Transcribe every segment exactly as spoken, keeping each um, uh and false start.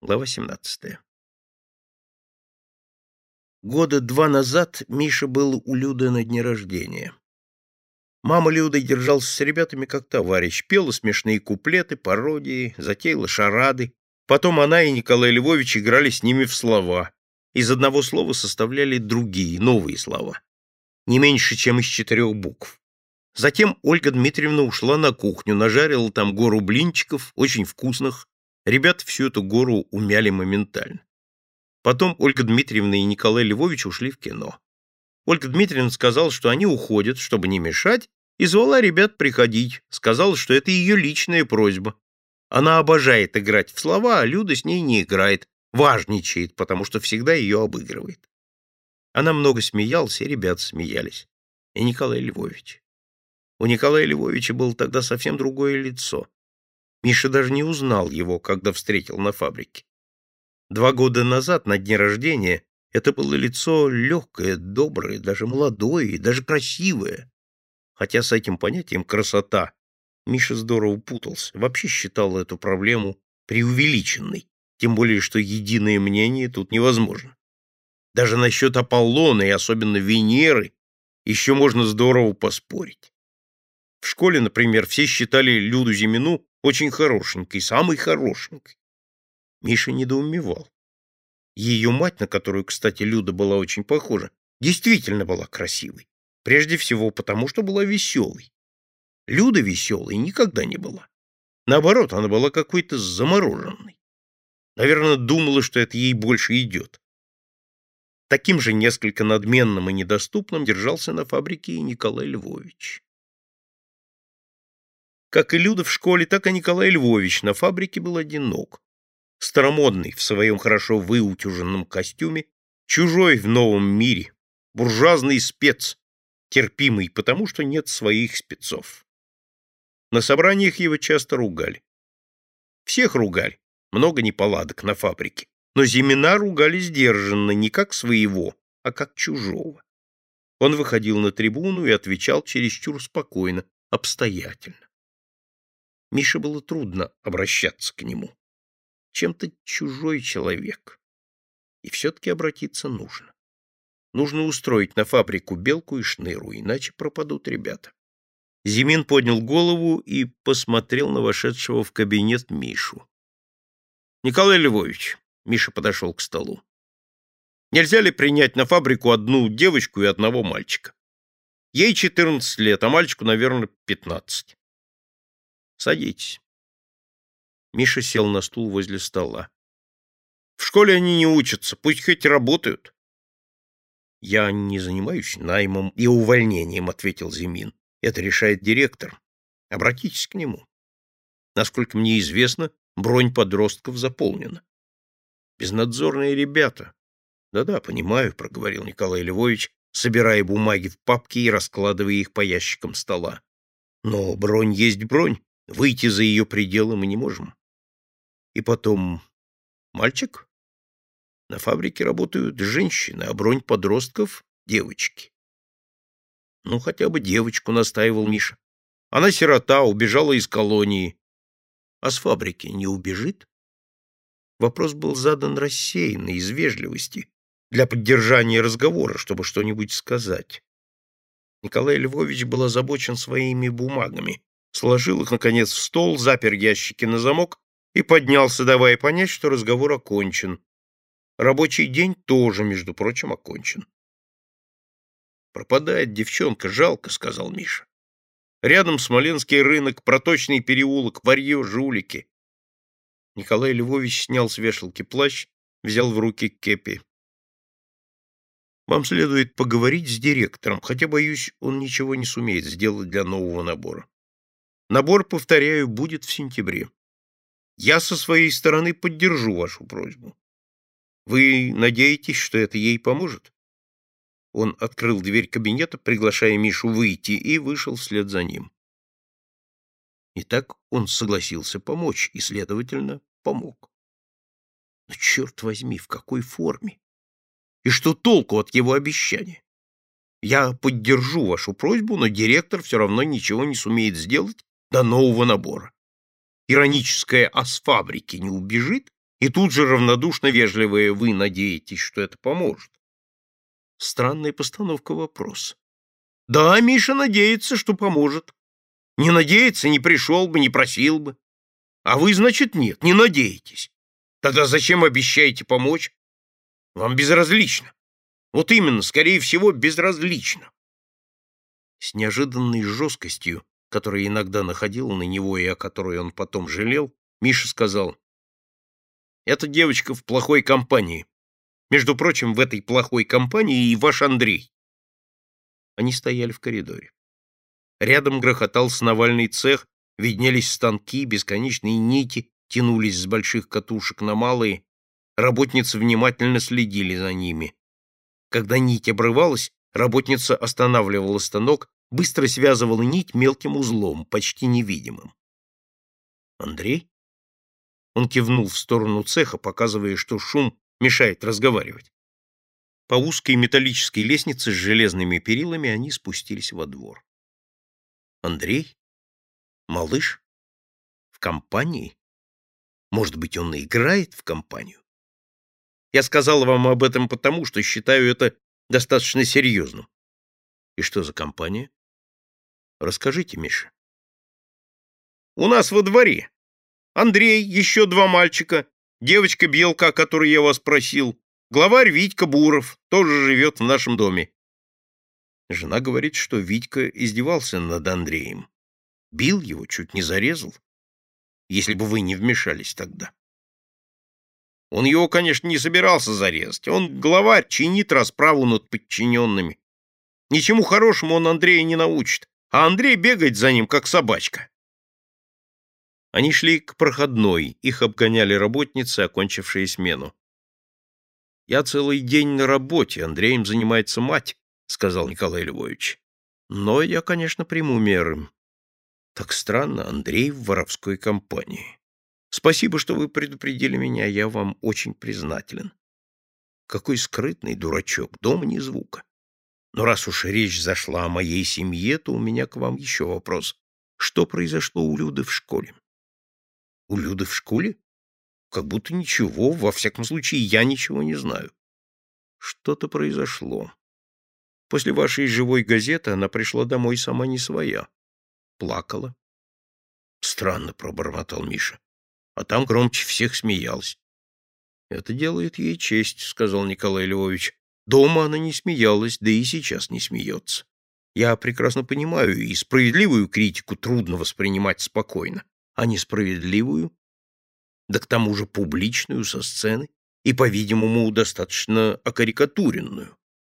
Глава семнадцатая. Года два назад Миша был у Люды на дне рождения. Мама Люды держался с ребятами как товарищ, пела смешные куплеты, пародии, затеяла шарады. Потом она и Николай Львович играли с ними в слова. Из одного слова составляли другие, новые слова. Не меньше, чем из четырех букв. Затем Ольга Дмитриевна ушла на кухню, нажарила там гору блинчиков, очень вкусных. Ребята всю эту гору умяли моментально. Потом Ольга Дмитриевна и Николай Львович ушли в кино. Ольга Дмитриевна сказала, что они уходят, чтобы не мешать, и звала ребят приходить, сказала, что это ее личная просьба. Она обожает играть в слова, а Люда с ней не играет, важничает, потому что всегда ее обыгрывает. Она много смеялась, и ребята смеялись. И Николай Львович. У Николая Львовича было тогда совсем другое лицо. Миша даже не узнал его, когда встретил на фабрике. Два года назад, на дне рождения, это было лицо легкое, доброе, даже молодое и даже красивое. Хотя с этим понятием «красота» Миша здорово путался, вообще считал эту проблему преувеличенной, тем более, что единое мнение тут невозможно. Даже насчет Аполлона и особенно Венеры еще можно здорово поспорить. В школе, например, все считали Люду Зимину очень хорошенькой, самой хорошенькой. Миша недоумевал. Ее мать, на которую, кстати, Люда была очень похожа, действительно была красивой. Прежде всего потому, что была веселой. Люда веселой никогда не была. Наоборот, она была какой-то замороженной. Наверное, думала, что это ей больше идет. Таким же несколько надменным и недоступным держался на фабрике и Николай Львович. Как и Люда в школе, так и Николай Львович на фабрике был одинок. Старомодный в своем хорошо выутюженном костюме, чужой в новом мире, буржуазный спец, терпимый, потому что нет своих спецов. На собраниях его часто ругали. Всех ругали, много неполадок на фабрике, но Зимина ругали сдержанно, не как своего, а как чужого. Он выходил на трибуну и отвечал чересчур спокойно, обстоятельно. Мише было трудно обращаться к нему. Чем-то чужой человек. И все-таки обратиться нужно. Нужно устроить на фабрику Белку и Шныру, иначе пропадут ребята. Зимин поднял голову и посмотрел на вошедшего в кабинет Мишу. — Николай Львович, — Миша подошел к столу, — нельзя ли принять на фабрику одну девочку и одного мальчика? Ей четырнадцать лет, а мальчику, наверное, пятнадцать. Садитесь. Миша сел на стул возле стола. В школе они не учатся, пусть хоть работают. Я не занимаюсь наймом и увольнением, ответил Зимин. Это решает директор. Обратитесь к нему. Насколько мне известно, бронь подростков заполнена. Безнадзорные ребята. Да-да, понимаю, проговорил Николай Львович, собирая бумаги в папки и раскладывая их по ящикам стола. Но бронь есть бронь. Выйти за ее пределы мы не можем. И потом, мальчик? На фабрике работают женщины, а бронь подростков — девочки. Ну, хотя бы девочку, настаивал Миша. Она сирота, убежала из колонии. А с фабрики не убежит? Вопрос был задан рассеянно, из вежливости, для поддержания разговора, чтобы что-нибудь сказать. Николай Львович был озабочен своими бумагами. Сложил их, наконец, в стол, запер ящики на замок и поднялся, давая понять, что разговор окончен. Рабочий день тоже, между прочим, окончен. «Пропадает девчонка, жалко», — сказал Миша. «Рядом Смоленский рынок, Проточный переулок, варье, жулики». Николай Львович снял с вешалки плащ, взял в руки кепи. «Вам следует поговорить с директором, хотя, боюсь, он ничего не сумеет сделать для нового набора. Набор, повторяю, будет в сентябре. Я со своей стороны поддержу вашу просьбу. Вы надеетесь, что это ей поможет?» Он открыл дверь кабинета, приглашая Мишу выйти, и вышел вслед за ним. Итак, он согласился помочь и, следовательно, помог. Но, черт возьми, в какой форме? И что толку от его обещания? Я поддержу вашу просьбу, но директор все равно ничего не сумеет сделать до нового набора. Ироническое «а с фабрики не убежит» И тут же равнодушно вежливое «вы надеетесь, что это поможет». Странная постановка вопроса. Да, Миша надеется, что поможет. Не надеется, не пришел бы, не просил бы. А вы, значит, нет, не надеетесь. Тогда зачем обещаете помочь? Вам безразлично. Вот именно, скорее всего, безразлично. С неожиданной жесткостью, которая иногда находила на него и о которой он потом жалел, Миша сказал: «Эта девочка в плохой компании. Между прочим, в этой плохой компании и ваш Андрей». Они стояли в коридоре. Рядом грохотал сновальный цех, виднелись станки, бесконечные нити тянулись с больших катушек на малые. Работницы внимательно следили за ними. Когда нить обрывалась, работница останавливала станок, быстро связывала нить мелким узлом, почти невидимым. «Андрей?» Он кивнул в сторону цеха, показывая, что шум мешает разговаривать. По узкой металлической лестнице с железными перилами они спустились во двор. «Андрей? Малыш? В компании? Может быть, он и играет в компанию? Я сказал вам об этом потому, что считаю это достаточно серьезным». «И что за компания? Расскажите, Миша». «У нас во дворе Андрей, еще два мальчика, девочка-белка, о которой я вас просил, главарь Витька Буров, тоже живет в нашем доме». Жена говорит, что Витька издевался над Андреем. Бил его, чуть не зарезал, если бы вы не вмешались тогда. Он его, конечно, не собирался зарезать. Он, главарь, чинит расправу над подчиненными. Ничему хорошему он Андрея не научит, а Андрей бегает за ним, как собачка. Они шли к проходной, их обгоняли работницы, окончившие смену. «Я целый день на работе, Андреем занимается мать», — сказал Николай Львович. «Но я, конечно, приму меры». «Так странно, Андрей в воровской компании. Спасибо, что вы предупредили меня, я вам очень признателен. Какой скрытный дурачок, дома ни звука. Но раз уж речь зашла о моей семье, то у меня к вам еще вопрос. Что произошло у Люды в школе?» «У Люды в школе? Как будто ничего, во всяком случае, я ничего не знаю». «Что-то произошло. После вашей живой газеты она пришла домой сама не своя. Плакала». «Странно», — пробормотал Миша. «А там громче всех смеялась». «Это делает ей честь», — сказал Николай Львович. «Дома она не смеялась, да и сейчас не смеется. Я прекрасно понимаю, и справедливую критику трудно воспринимать спокойно, а несправедливую, да к тому же публичную, со сцены, и, по-видимому, достаточно окарикатуренную.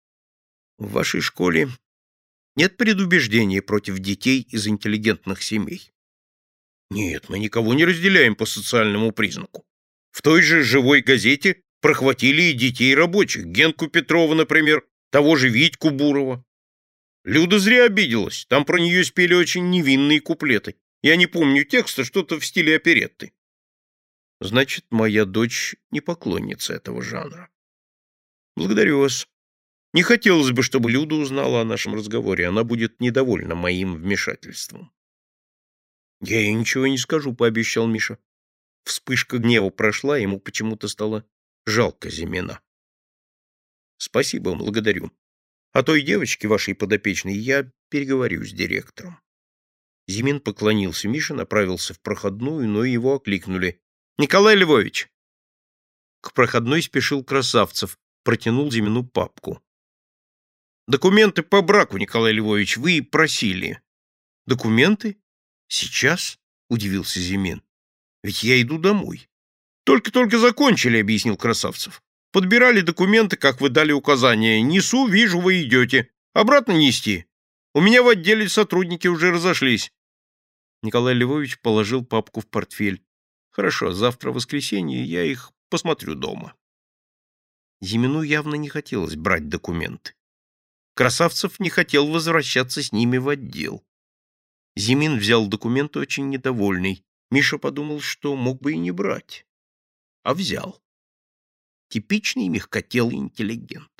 В вашей школе нет предубеждения против детей из интеллигентных семей?» «Нет, мы никого не разделяем по социальному признаку. В той же «Живой газете» прохватили и детей рабочих, Генку Петрова, например, того же Витьку Бурова. Люда зря обиделась, там про нее спели очень невинные куплеты. Я не помню текста, что-то в стиле оперетты». «Значит, моя дочь не поклонница этого жанра». «Благодарю вас. Не хотелось бы, чтобы Люда узнала о нашем разговоре, она будет недовольна моим вмешательством». «Я ей ничего не скажу», — пообещал Миша. Вспышка гнева прошла, ему почему-то стало жалко Зимина. «Спасибо, благодарю. О той девочке, вашей подопечной, я переговорю с директором». Зимин поклонился Мише, направился в проходную, но его окликнули. «Николай Львович!» К проходной спешил Красавцев, протянул Зимину папку. «Документы по браку, Николай Львович, вы просили». «Документы? Сейчас?» — удивился Зимин. «Ведь я иду домой». «Только-только закончили», — объяснил Красавцев. «Подбирали документы, как вы дали указание. Несу, вижу, вы идете. Обратно нести. У меня в отделе сотрудники уже разошлись». Николай Львович положил папку в портфель. «Хорошо, завтра воскресенье, я их посмотрю дома». Зимину явно не хотелось брать документы. Красавцев не хотел возвращаться с ними в отдел. Зимин взял документы очень недовольный. Миша подумал, что мог бы и не брать. А взял. Типичный мягкотелый интеллигент.